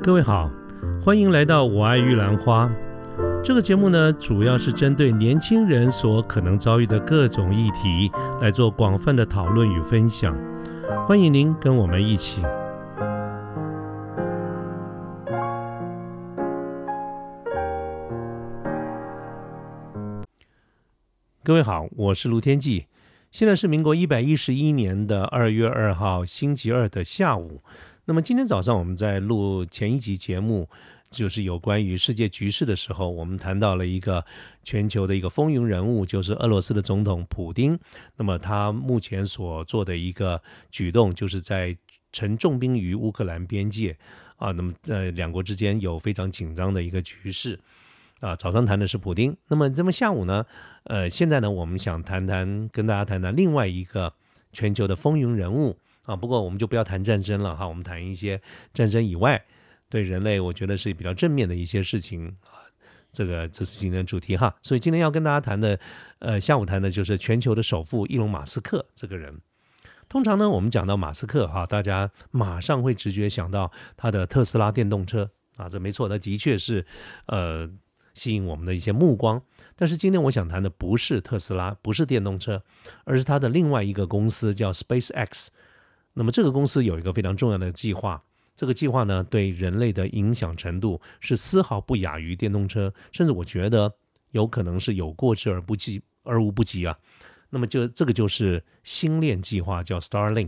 各位好，欢迎来到我爱玉兰花。这个节目呢，主要是针对年轻人所可能遭遇的各种议题来做广泛的讨论与分享。欢迎您跟我们一起。各位好，我是卢天记。现在是民国111年的2月2号星期二的下午。那么今天早上我们在录前一集节目，就是有关于世界局势的时候，我们谈到了一个全球的一个风云人物，就是俄罗斯的总统普丁。那么他目前所做的一个举动，就是在陈重兵于乌克兰边界啊，那么两国之间有非常紧张的一个局势啊。早上谈的是普丁，那么下午呢，现在呢，我们想跟大家谈谈另外一个全球的风云人物。啊，不过我们就不要谈战争了哈，我们谈一些战争以外对人类我觉得是比较正面的一些事情啊，这是今天的主题哈。所以今天要跟大家谈的，下午谈的就是全球的首富伊隆马斯克这个人。通常呢，我们讲到马斯克哈，大家马上会直觉想到他的特斯拉电动车啊，这没错，那的确是吸引我们的一些目光。但是今天我想谈的不是特斯拉，不是电动车，而是他的另外一个公司叫 SpaceX。那么这个公司有一个非常重要的计划，这个计划呢对人类的影响程度是丝毫不亚于电动车，甚至我觉得有可能是有过之而无不及啊。那么这个就是星链计划，叫 Starlink。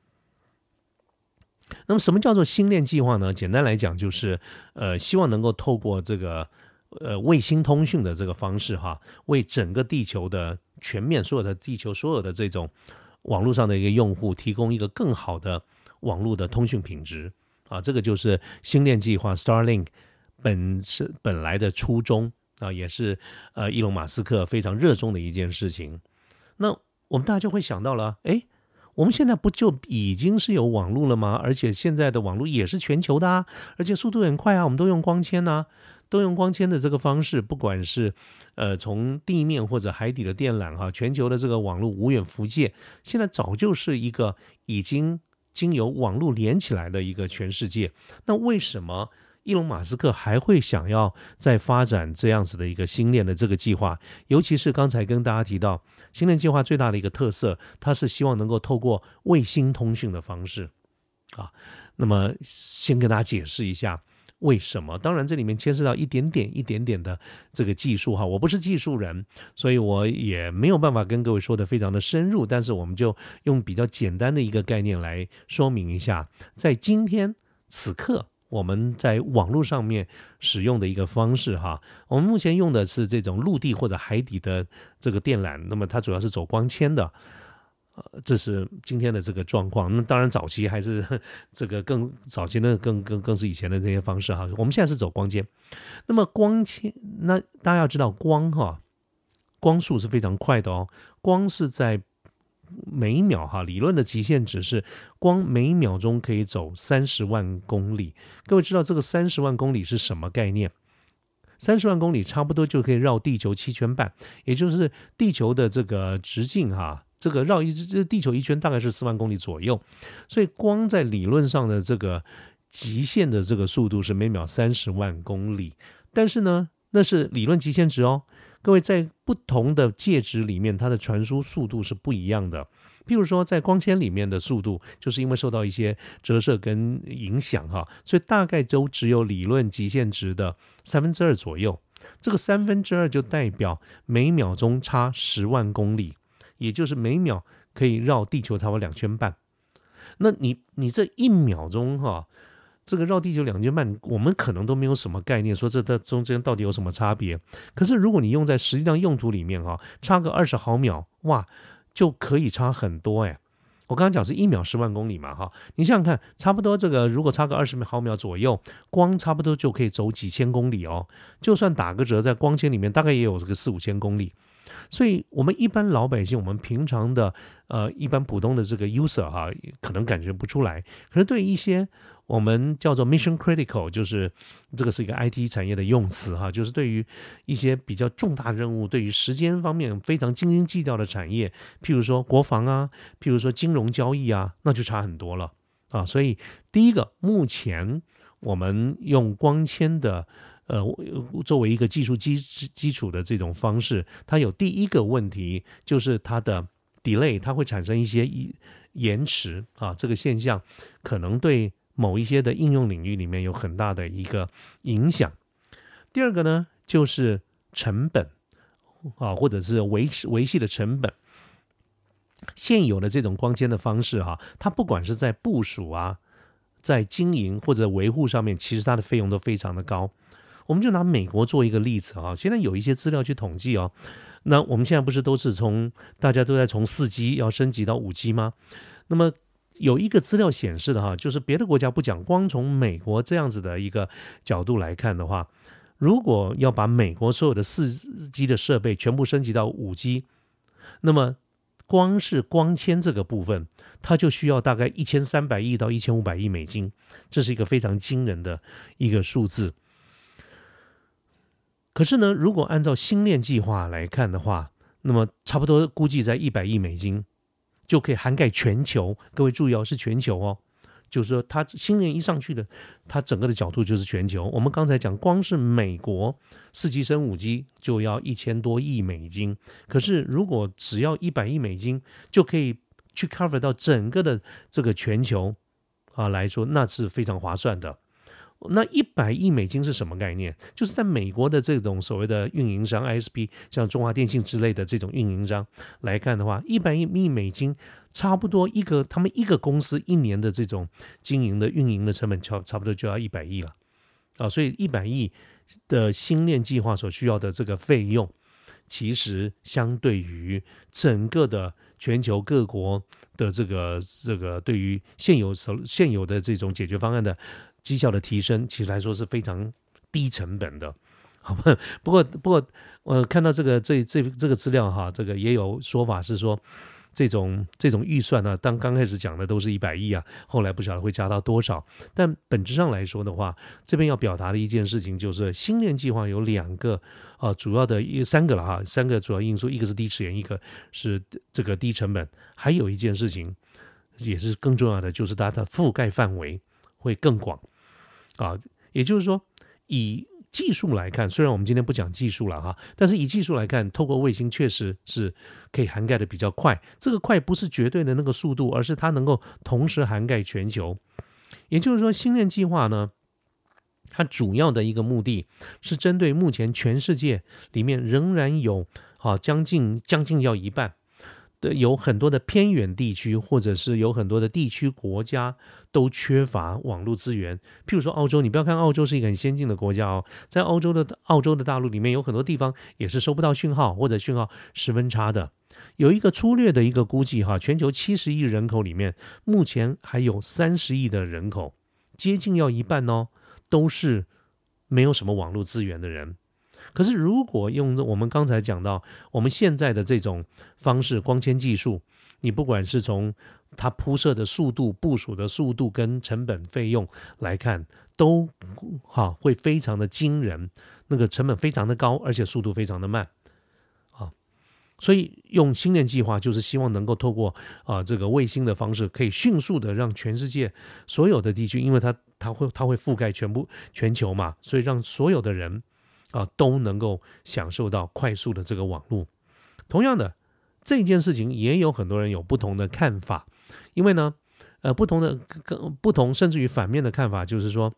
那么什么叫做星链计划呢？简单来讲就是希望能够透过这个卫星通讯的这个方式哈，为整个地球的全面所有的这种网络上的一个用户提供一个更好的网络的通讯品质啊，这个就是星链计划 Starlink 本来的初衷啊，也是伊隆马斯克非常热衷的一件事情。那我们大家就会想到了，我们现在不就已经是有网络了吗？而且现在的网络也是全球的啊，而且速度很快啊，我们都用光纤啊。都用光纤的这个方式，不管是从地面或者海底的电缆哈，全球的这个网络无远弗届，现在早就是一个已经经由网络连起来的一个全世界。那为什么伊隆马斯克还会想要再发展这样子的一个星链的这个计划？尤其是刚才跟大家提到，星链计划最大的一个特色，它是希望能够透过卫星通讯的方式啊。那么先跟大家解释一下为什么？当然这里面牵涉到一点点的这个技术哈，我不是技术人，所以我也没有办法跟各位说的非常的深入，但是我们就用比较简单的一个概念来说明一下，在今天此刻我们在网络上面使用的一个方式哈，我们目前用的是这种陆地或者海底的这个电缆，那么它主要是走光纤的。这是今天的这个状况。那当然早期还是这个更早期的更是以前的这些方式哈。我们现在是走光纤。那么光纤，那大家要知道光速是非常快的哦。光是在每秒哈，理论的极限值是光每秒钟可以走30万公里。各位知道这个30万公里是什么概念？30万公里差不多就可以绕地球7圈半，也就是地球的这个直径哈。这个绕地球一圈大概是4万公里左右，所以光在理论上的这个极限的这个速度是每秒30万公里，但是呢，那是理论极限值哦。各位在不同的介质里面，它的传输速度是不一样的。譬如说，在光纤里面的速度，就是因为受到一些折射跟影响哈，所以大概都只有理论极限值的2/3左右。这个2/3就代表每秒钟差10万公里。也就是每秒可以绕地球差不多2圈半。那你这1秒钟哈，这个绕地球2圈半，我们可能都没有什么概念，说这中间到底有什么差别。可是如果你用在实际上用途里面哈，差个20毫秒，哇，就可以差很多哎。我刚刚讲是1秒10万公里嘛哈，你想想看，差不多这个如果差个20毫秒左右，光差不多就可以走几千公里哦。就算打个折，在光纤里面大概也有这个4-5千公里。所以我们一般老百姓，我们平常的一般普通的这个 user 哈，可能感觉不出来。可是对一些我们叫做 mission critical， 就是这个是一个 IT 产业的用词哈，就是对于一些比较重大任务，对于时间方面非常斤斤计较的产业，譬如说国防啊，譬如说金融交易啊，那就差很多了啊。所以第一个，目前我们用光纤的作为一个技术基础的这种方式，它有第一个问题就是它的 delay， 它会产生一些延迟啊，这个现象可能对某一些的应用领域里面有很大的一个影响。第二个呢，就是成本啊，或者是维系的成本。现有的这种光纤的方式它不管是在部署啊，在经营或者维护上面，其实它的费用都非常的高。我们就拿美国做一个例子现在有一些资料去统计那我们现在不是都是大家都在从4G 要升级到5G 吗？那么有一个资料显示的就是别的国家不讲，光从美国这样子的一个角度来看的话，如果要把美国所有的4G 的设备全部升级到5G，那么光是光纤这个部分，它就需要大概1300亿到1500亿美金，这是一个非常惊人的一个数字。可是呢，如果按照星链计划来看的话，那么差不多估计在100亿美金就可以涵盖全球。各位注意是全球就是说它星链一上去的，它整个的角度就是全球。我们刚才讲，光是美国4G 升5G 就要1000多亿美金，可是如果只要100亿美金就可以去 cover 到整个的这个全球来说，那是非常划算的。那100亿美金是什么概念？就是在美国的这种所谓的运营商 ISP， 像中华电信之类的这种运营商来看的话，100亿美金差不多他们一个公司一年的这种经营的运营的成本差不多就要100亿了所以100亿的星链计划所需要的这个费用，其实相对于整个的全球各国的这个对于现有的这种解决方案的绩效的提升，其实来说是非常低成本的。好吧，不过看到这个资料这个也有说法是说，这种预算当刚开始讲的都是100亿后来不晓得会加到多少。但本质上来说的话，这边要表达的一件事情就是，星链计划有2个主要的3个了3个主要因素，一个是低迟延，一个是这个低成本，还有一件事情也是更重要的，就是它的覆盖范围会更广也就是说，以技术来看，虽然我们今天不讲技术了但是以技术来看，透过卫星确实是可以涵盖的比较快。这个快不是绝对的那个速度，而是它能够同时涵盖全球。也就是说，星链计划呢，它主要的一个目的是针对目前全世界里面仍然有将近要一半有很多的偏远地区，或者是有很多的地区国家都缺乏网络资源。譬如说澳洲，你不要看澳洲是一个很先进的国家在澳洲的大陆里面有很多地方也是收不到讯号，或者讯号十分差的。有一个粗略的一个估计全球70亿人口里面，目前还有30亿的人口，接近要一半都是没有什么网络资源的人。可是如果用我们刚才讲到我们现在的这种方式，光纤技术，你不管是从它铺设的速度、部署的速度跟成本费用来看，都会非常的惊人，那个成本非常的高，而且速度非常的慢所以用星链计划就是希望能够透过这个卫星的方式，可以迅速的让全世界所有的地区，因为它会覆盖全球嘛，所以让所有的人都能够享受到快速的这个网络。同样的，这件事情也有很多人有不同的看法，因为呢，不同甚至于反面的看法，就是说，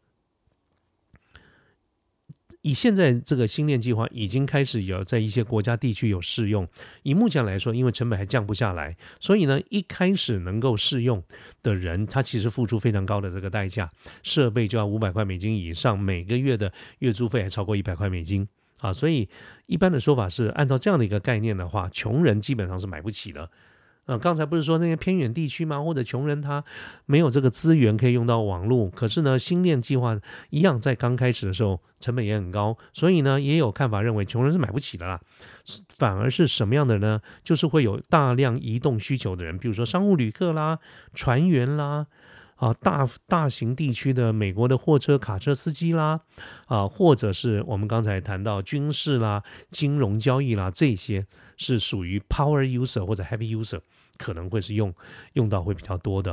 以现在这个星链计划已经开始有在一些国家地区有试用，以目前来说，因为成本还降不下来，所以呢，一开始能够试用的人，他其实付出非常高的这个代价，设备就要500块美金以上，每个月的月租费还超过100块美金所以一般的说法是，按照这样的一个概念的话，穷人基本上是买不起的。刚才不是说那些偏远地区吗？或者穷人他没有这个资源可以用到网络，可是呢，星链计划一样在刚开始的时候成本也很高，所以呢，也有看法认为穷人是买不起的啦。反而是什么样的呢？就是会有大量移动需求的人，比如说商务旅客啦、船员啦。大型地区的美国的货车、卡车司机啦，或者是我们刚才谈到军事啦、金融交易啦，这些是属于 power user 或者 heavy user， 可能会是用到会比较多的。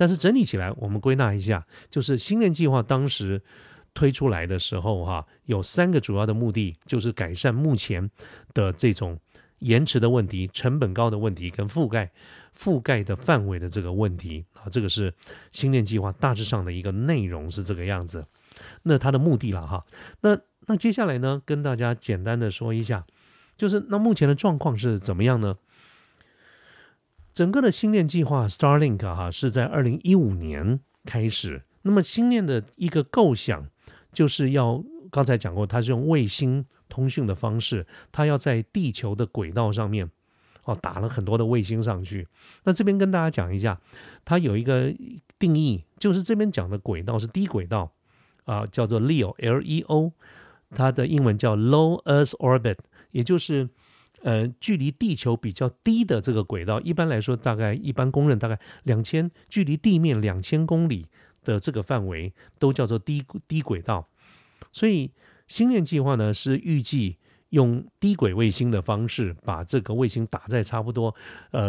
但是整理起来，我们归纳一下，就是星链计划当时推出来的时候有3个主要的目的，就是改善目前的这种延迟的问题、成本高的问题跟覆盖的范围的这个问题这个是星链计划大致上的一个内容是这个样子。那它的目的了那接下来呢，跟大家简单的说一下，就是那目前的状况是怎么样呢？整个的星链计划 Starlink 是在2015年开始。那么星链的一个构想就是刚才讲过，它是用卫星通讯的方式，它要在地球的轨道上面打了很多的卫星上去。那这边跟大家讲一下，它有一个定义，就是这边讲的轨道是低轨道叫做 LEO LEO， 它的英文叫 Low Earth Orbit， 也就是距离地球比较低的这个轨道，一般来说一般公认大概距离地面2000公里的这个范围都叫做低轨道。所以星链计划呢是预计用低轨卫星的方式把这个卫星打在差不多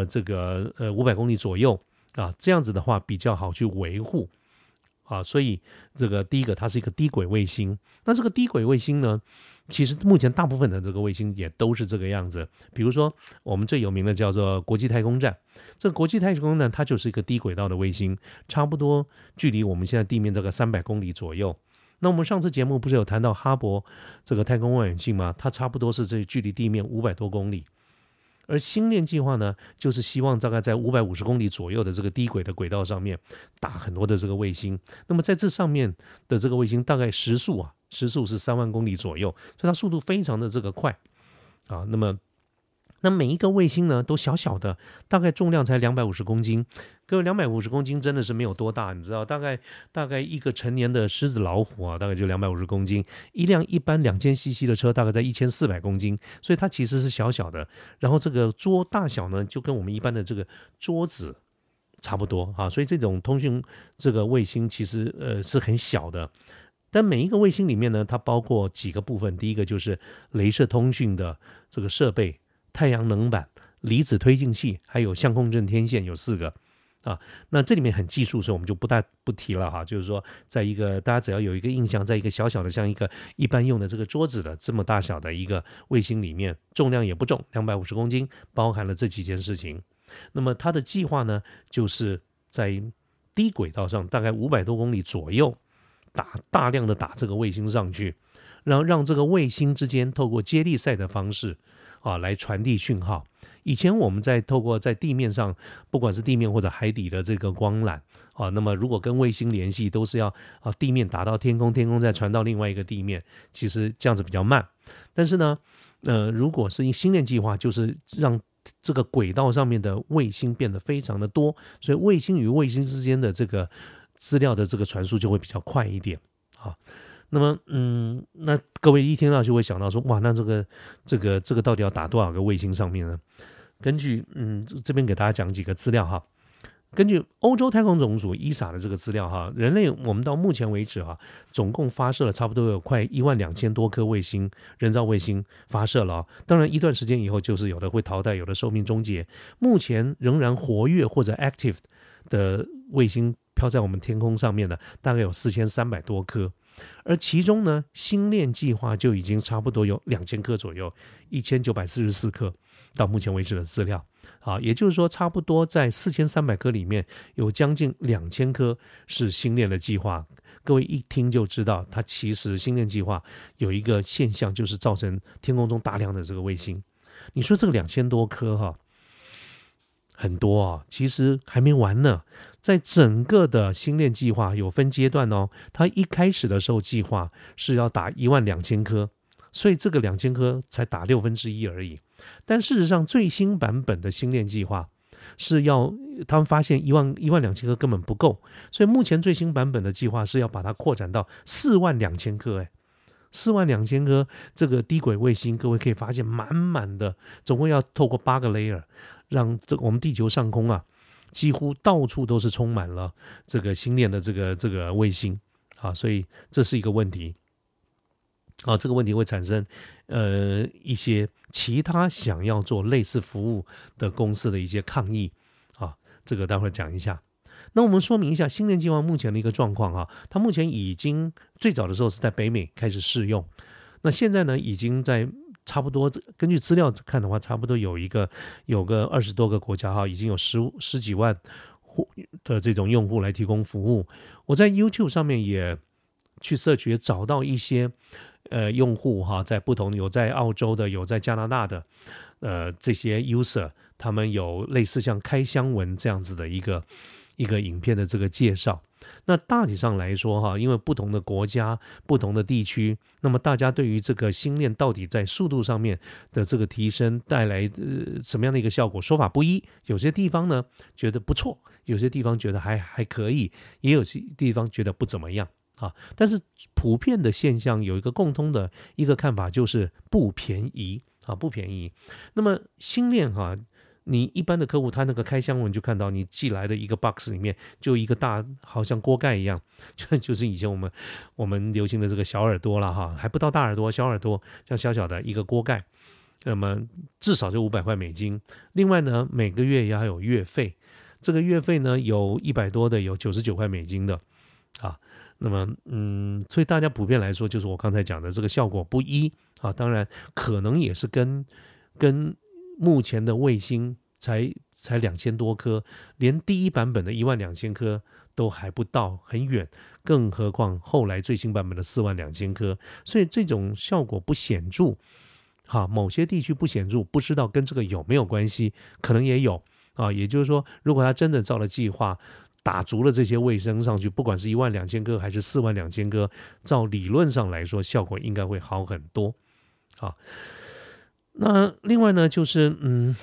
500公里左右这样子的话比较好去维护所以这个第一个它是一个低轨卫星。那这个低轨卫星呢，其实目前大部分的这个卫星也都是这个样子。比如说我们最有名的叫做国际太空站，这个国际太空站它就是一个低轨道的卫星，差不多距离我们现在地面这个300公里左右。那我们上次节目不是有谈到哈勃这个太空望远镜吗？它差不多是这距离地面500多公里。而星链计划呢，就是希望大概在550公里左右的这个低轨的轨道上面打很多的这个卫星。那么在这上面的这个卫星大概时速是3万公里左右，所以它速度非常的这个快那每一个卫星呢都小小的，大概重量才250公斤。各位，250公斤真的是没有多大，你知道，大概一个成年的狮子老虎大概就250公斤，一辆一般2000cc 的车大概在1400公斤，所以它其实是小小的。然后这个桌大小呢，就跟我们一般的这个桌子差不多所以这种通讯这个卫星其实是很小的。但每一个卫星里面呢，它包括几个部分，第一个就是雷射通讯的这个设备、太阳能板、离子推进器，还有相控阵天线，有4个那这里面很技术，所以我们就不提了就是说，在一个大家只要有一个印象，在一个小小的像一个一般用的这个桌子的这么大小的一个卫星里面，重量也不重，250公斤，包含了这几件事情。那么它的计划呢，就是在低轨道上大概500多公里左右大量的打这个卫星上去，然后让这个卫星之间透过接力赛的方式来传递讯号。以前我们透过在地面上，不管是地面或者海底的这个光缆那么如果跟卫星联系，都是要地面打到天空，天空再传到另外一个地面，其实这样子比较慢。但是呢如果是星链计划，就是让这个轨道上面的卫星变得非常的多，所以卫星与卫星之间的这个资料的这个传输就会比较快一点那么那各位一听到就会想到说，哇，那这个到底要打多少个卫星上面呢？根据这边给大家讲几个资料根据欧洲太空总署 ESA 的这个资料人类我们到目前为止总共发射了差不多有快12000多颗卫星，人造卫星发射了当然一段时间以后，就是有的会淘汰，有的寿命终结。目前仍然活跃或者 active 的卫星飘在我们天空上面的大概有4300多颗。而其中呢，星链计划就已经差不多有2000颗左右，1944颗到目前为止的资料也就是说差不多在4300颗里面有将近2000颗是星链的计划。各位一听就知道，它其实星链计划有一个现象，就是造成天空中大量的这个卫星。你说这个2000多颗很多其实还没完呢。在整个的星链计划有分阶段它一开始的时候计划是要打12000颗，所以这个2000颗才打1/6而已。但事实上最新版本的星链计划是他们发现12000颗根本不够，所以目前最新版本的计划是要把它扩展到42000颗42000颗这个低轨卫星，各位可以发现满满的，总共要透过8个 layer， 让我们地球上空几乎到处都是充满了这个星链的这个卫星所以这是一个问题这个问题会产生一些其他想要做类似服务的公司的一些抗议这个待会儿讲一下。 那我们说明一下星链计划目前的一个状况哈，它目前已经最早的时候是在北美开始试用，那现在呢已经在差不多根据资料看的话，差不多有个20多个国家哈，已经有十几万的这种用户来提供服务。我在 YouTube 上面也去 search 也找到一些用户哈，在不同有在澳洲的，有在加拿大的这些 user， 他们有类似像开箱文这样子的一个影片的这个介绍。那大体上来说哈，因为不同的国家、不同的地区，那么大家对于这个星链到底在速度上面的这个提升带来什么样的一个效果，说法不一。有些地方呢觉得不错，有些地方觉得还可以，也有些地方觉得不怎么样啊。但是普遍的现象有一个共通的一个看法，就是不便宜啊，不便宜。那么星链哈，你一般的客户他那个开箱文就看到你寄来的一个 box 里面就一个大好像锅盖一样，就是以前我们流行的这个小耳朵啦哈，还不到大耳朵，小耳朵像小小的一个锅盖，那么至少就500块美金。另外呢，每个月也要有月费，这个月费呢有100多的，有99块美金的啊。那么所以大家普遍来说，就是我刚才讲的这个效果不一啊。当然可能也是跟目前的卫星才2000多颗，连第一版本的12000颗都还不到，很远，更何况后来最新版本的42000颗，所以这种效果不显著，某些地区不显著，不知道跟这个有没有关系，可能也有啊。也就是说，如果他真的照了计划打足了这些卫星上去，不管是12000颗还是42000颗，照理论上来说，效果应该会好很多啊。那另外呢，就是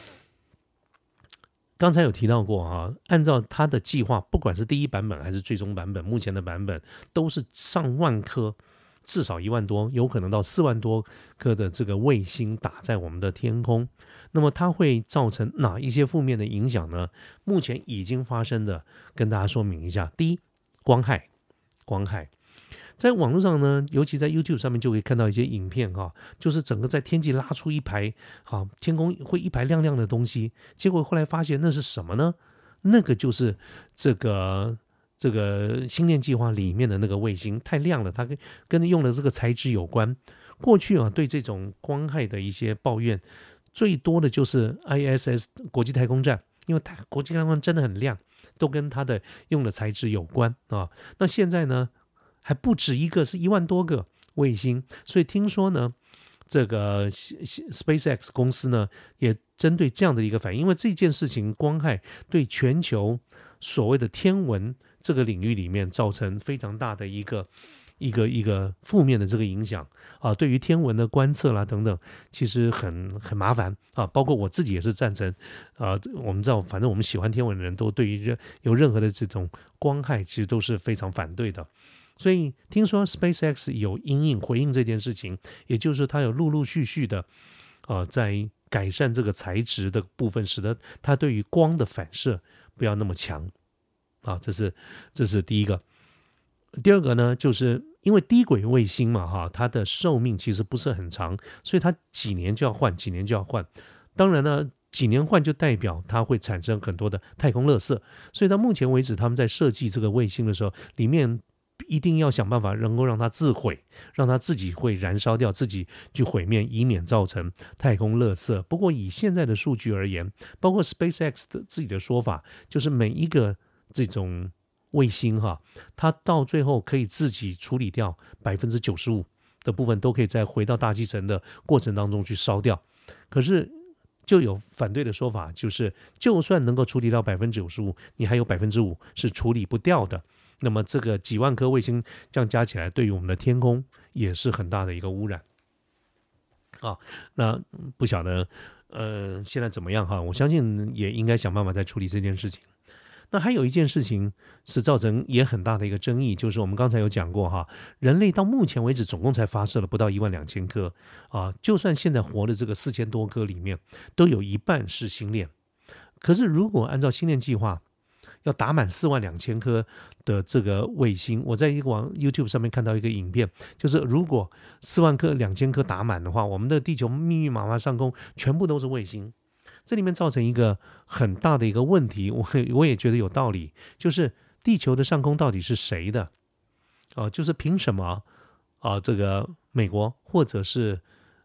刚才有提到过啊，按照他的计划，不管是第一版本还是最终版本，目前的版本都是上万颗，至少1万多，有可能到4万多颗的这个卫星打在我们的天空。那么它会造成哪一些负面的影响呢？目前已经发生的，跟大家说明一下。第一，光害。在网络上呢，尤其在 YouTube 上面就可以看到一些影片哈，就是整个在天际拉出一排天空会一排亮亮的东西，结果后来发现那是什么呢？那个就是这个星链计划里面的那个卫星太亮了，它跟用的这个材质有关。过去对这种光害的一些抱怨最多的就是 ISS 国际太空站，因为国际太空站真的很亮，都跟它的用的材质有关啊。那现在呢还不止一个，是1万多个卫星，所以听说呢，这个 SpaceX 公司呢也针对这样的一个反应，因为这件事情光害对全球所谓的天文这个领域里面造成非常大的一个负面的这个影响啊，对于天文的观测啦等等，其实很麻烦啊。包括我自己也是赞成啊，我们知道，反正我们喜欢天文的人都对于有任何的这种光害，其实都是非常反对的。所以听说 SpaceX 有回应这件事情，也就是说它有陆续的在改善这个材质的部分，使得它对于光的反射不要那么强啊。这是第一个。第二个呢，就是因为低轨卫星嘛它的寿命其实不是很长，所以它几年就要换。当然呢，几年换就代表它会产生很多的太空垃圾，所以到目前为止，他们在设计这个卫星的时候，里面一定要想办法能够让它自毁，让它自己会燃烧掉，自己去毁灭，以免造成太空垃圾。不过以现在的数据而言，包括 SpaceX 的自己的说法，就是每一个这种卫星它到最后可以自己处理掉95%的部分，都可以再回到大气层的过程当中去烧掉。可是就有反对的说法，就是就算能够处理到95%，你还有5%是处理不掉的。那么这个几万颗卫星这样加起来，对于我们的天空也是很大的一个污染那不晓得现在怎么样我相信也应该想办法再处理这件事情。那还有一件事情是造成也很大的一个争议，就是我们刚才有讲过人类到目前为止总共才发射了不到12000颗就算现在活的这个4000多颗里面，都有一半是星链。可是如果按照星链计划要打满42000颗的这个卫星，我在一个YouTube 上面看到一个影片，就是如果42000颗打满的话，我们的地球密密麻麻上空全部都是卫星。 这里面造成一个很大的一个问题，我也觉得有道理，就是地球的上空到底是谁的？就是凭什么这个美国或者是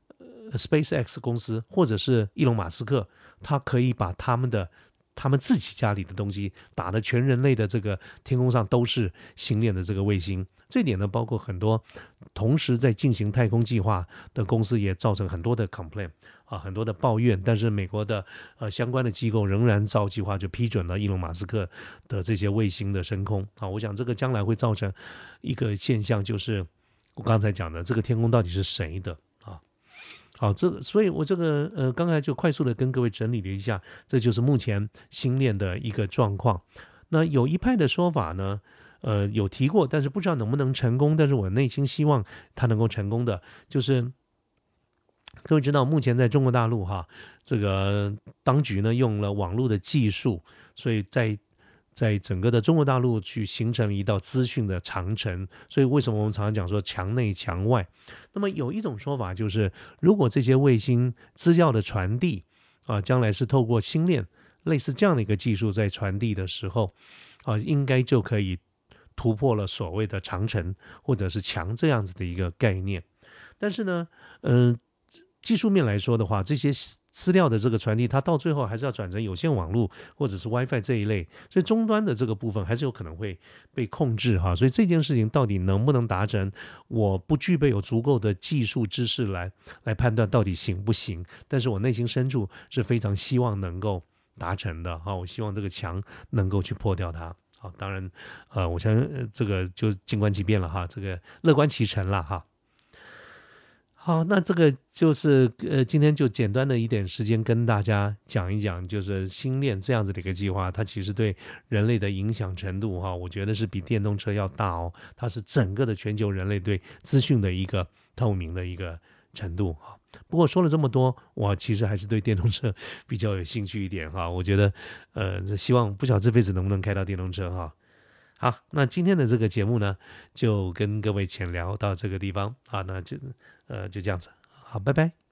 SpaceX 公司，或者是伊隆马斯克，他可以把他们自己家里的东西打的全人类的这个天空上都是星链的这个卫星。这点呢，包括很多同时在进行太空计划的公司也造成很多的 complaint 很多的抱怨。但是美国的相关的机构仍然照计划就批准了伊隆马斯克的这些卫星的升空我想这个将来会造成一个现象，就是我刚才讲的这个天空到底是谁的好，所以我这个刚才就快速的跟各位整理了一下，这就是目前星链的一个状况。那有一派的说法呢，有提过，但是不知道能不能成功。但是我内心希望它能够成功的，就是各位知道，目前在中国大陆这个当局呢用了网络的技术，所以在整个的中国大陆去形成一道资讯的长城。所以为什么我们常常讲说墙内墙外？那么有一种说法就是，如果这些卫星资料的传递将来是透过星链类似这样的一个技术在传递的时候应该就可以突破了所谓的长城或者是墙这样子的一个概念。但是呢技术面来说的话，这些资料的这个传递，它到最后还是要转成有线网络或者是 WiFi 这一类，所以终端的这个部分还是有可能会被控制所以这件事情到底能不能达成，我不具备有足够的技术知识来判断到底行不行，但是我内心深处是非常希望能够达成的我希望这个墙能够去破掉它。当然我相信这个就静观其变了这个乐观其成了好，那这个就是今天就简单的一点时间跟大家讲一讲，就是星链这样子的一个计划，它其实对人类的影响程度我觉得是比电动车要大它是整个的全球人类对资讯的一个透明的一个程度不过说了这么多，我其实还是对电动车比较有兴趣一点我觉得希望不晓得这辈子能不能开到电动车好，那今天的这个节目呢，就跟各位浅聊到这个地方那就这样子，好，拜拜。